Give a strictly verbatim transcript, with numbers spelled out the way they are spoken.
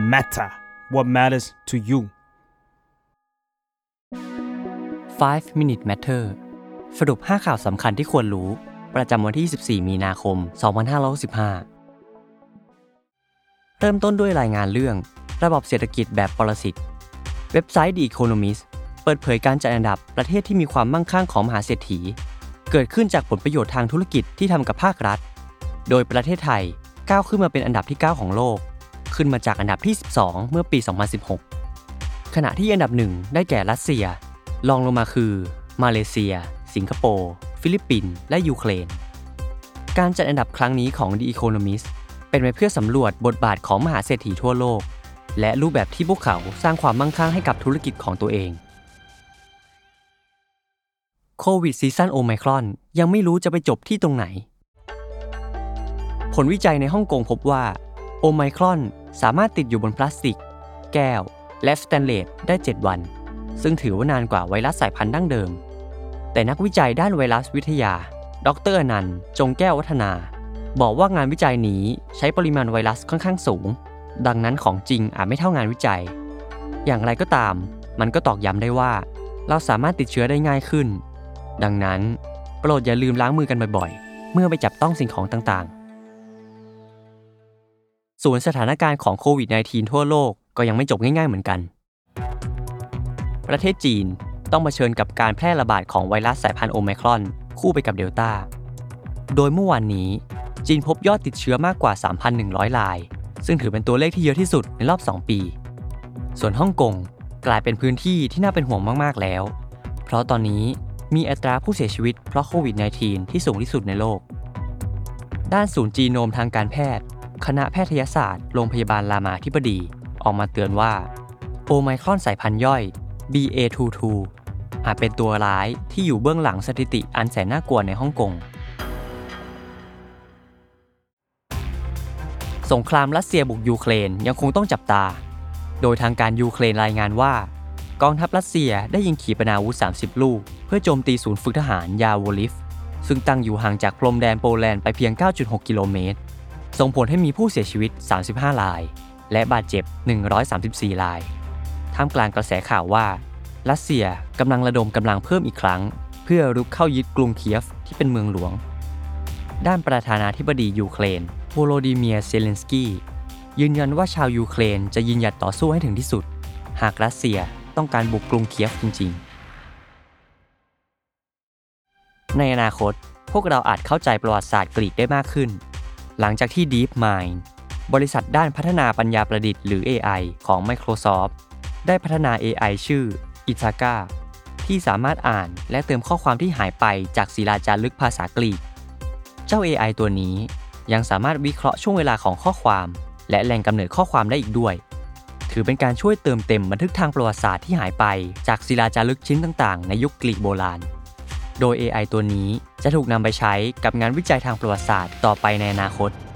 matter what matters to you five minute matter สรุปห้าข่าวสำคัญที่ควรรู้ประจำวันที่ยี่สิบสี่มีนาคมสองพันห้าร้อยหกสิบห้าเริ่มต้นด้วยรายงานเรื่องระบบเศรษฐกิจแบบปรสิตเว็บไซต์ The Economist เปิดเผยการจัดอันดับประเทศที่มีความมั่งคั่งของมหาเศรษฐีเกิดขึ้นจากผลประโยชน์ทางธุรกิจที่ทำกับภาครัฐโดยประเทศไทยก้าวขึ้นมาเป็นอันดับที่เก้าของโลกขึ้นมาจากอันดับที่สิบสองเมื่อปีสองพันสิบหกขณะที่อันดับหนึ่งได้แก่รัสเซียรองลงมาคือมาเลเซียสิงคโปร์ฟิลิปปินส์และยูเครนการจัดอันดับครั้งนี้ของ The Economist เป็นไปเพื่อสำรวจบทบาทของมหาเศรษฐีทั่วโลกและรูปแบบที่พวกเขาสร้างความมั่งคั่งให้กับธุรกิจของตัวเองโควิดซีซั่นโอไมครอนยังไม่รู้จะไปจบที่ตรงไหนผลวิจัยในฮ่องกงพบว่าโอไมครอนสามารถติดอยู่บนพลาสติกแก้วและสแตนเลสได้เจ็ดวันซึ่งถือว่านานกว่าไวรัสสายพันธุ์ดั้งเดิมแต่นักวิจัยด้านไวรัสวิทยาดรอนันต์จงแก้ววัฒนาบอกว่างานวิจัยนี้ใช้ปริมาณไวรัสค่อนข้างสูงดังนั้นของจริงอาจไม่เท่างานวิจัยอย่างไรก็ตามมันก็ตอกย้ำได้ว่าเราสามารถติดเชื้อได้ง่ายขึ้นดังนั้นโปรดอย่าลืมล้างมือกันบ่อยๆเมื่อไปจับต้องสิ่งของต่างๆส่วนสถานการณ์ของโควิด สิบเก้า ทั่วโลกก็ยังไม่จบง่ายๆเหมือนกันประเทศจีนต้องเผชิญกับการแพร่ระบาดของไวรัสสายพันธุ์โอไมครอนคู่ไปกับเดลต้าโดยเมื่อวานนี้จีนพบยอดติดเชื้อมากกว่า สามพันหนึ่งร้อย รายซึ่งถือเป็นตัวเลขที่เยอะที่สุดในรอบสองปีส่วนฮ่องกงกลายเป็นพื้นที่ที่น่าเป็นห่วงมากๆแล้วเพราะตอนนี้มีอัตราผู้เสียชีวิตเพราะโควิด สิบเก้า ที่สูงที่สุดในโลกด้านศูนย์จีโนมทางการแพทย์คณะแพทยศาสตร์โรงพยาบาลรามาธิบดีออกมาเตือนว่าโอไมครอนสายพันธุ์ย่อย บี เอ ยี่สิบสอง อาจเป็นตัวร้ายที่อยู่เบื้องหลังสถิติอันแสนน่ากลัวในฮ่องกงสงครามรัสเซียบุกยูเครนยังคงต้องจับตาโดยทางการยูเครนรายงานว่ากองทัพรัสเซียได้ยิงขีปนาวุธสามสิบลูกเพื่อโจมตีศูนย์ฝึกทหารยาโวลิฟซึ่งตั้งอยู่ห่างจากพรมแดนโปแลนด์ไปเพียง เก้าจุดหก กิโลเมตรส่งผลให้มีผู้เสียชีวิตสามสิบห้ารายและบาดเจ็บหนึ่งร้อยสามสิบสี่รายท่ามกลางกระแสข่าวว่ารัสเซียกำลังระดมกำลังเพิ่มอีกครั้งเพื่อรุกเข้ายึดกรุงเคียฟที่เป็นเมืองหลวงด้านประธานาธิบดียูเครนโวโลดิเมียร์เซเลนสกี้ยืนยันว่าชาวยูเครนจะยืนหยัดต่อสู้ให้ถึงที่สุดหากรัสเซียต้องการบุกกรุงเคียฟจริงๆในอนาคตพวกเราอาจเข้าใจประวัติศาสตร์กรีกได้มากขึ้นหลังจากที่ DeepMind บริษัทด้านพัฒนาปัญญาประดิษฐ์หรือ เอ ไอ ของ Microsoft ได้พัฒนา เอ ไอ ชื่อ Ithaka ที่สามารถอ่านและเติมข้อความที่หายไปจากศิลาจารึกภาษากรีกเจ้า เอ ไอ ตัวนี้ยังสามารถวิเคราะห์ช่วงเวลาของข้อความและแหล่งกำเนิดข้อความได้อีกด้วยถือเป็นการช่วยเติมเต็มบันทึกทางประวัติศาสตร์ที่หายไปจากศิลาจารึกชิ้นต่างๆในยุคกรีกโบราณโดย เอ ไอ ตัวนี้จะถูกนำไปใช้กับงานวิจัยทางประวัติศาสตร์ต่อไปในอนาคต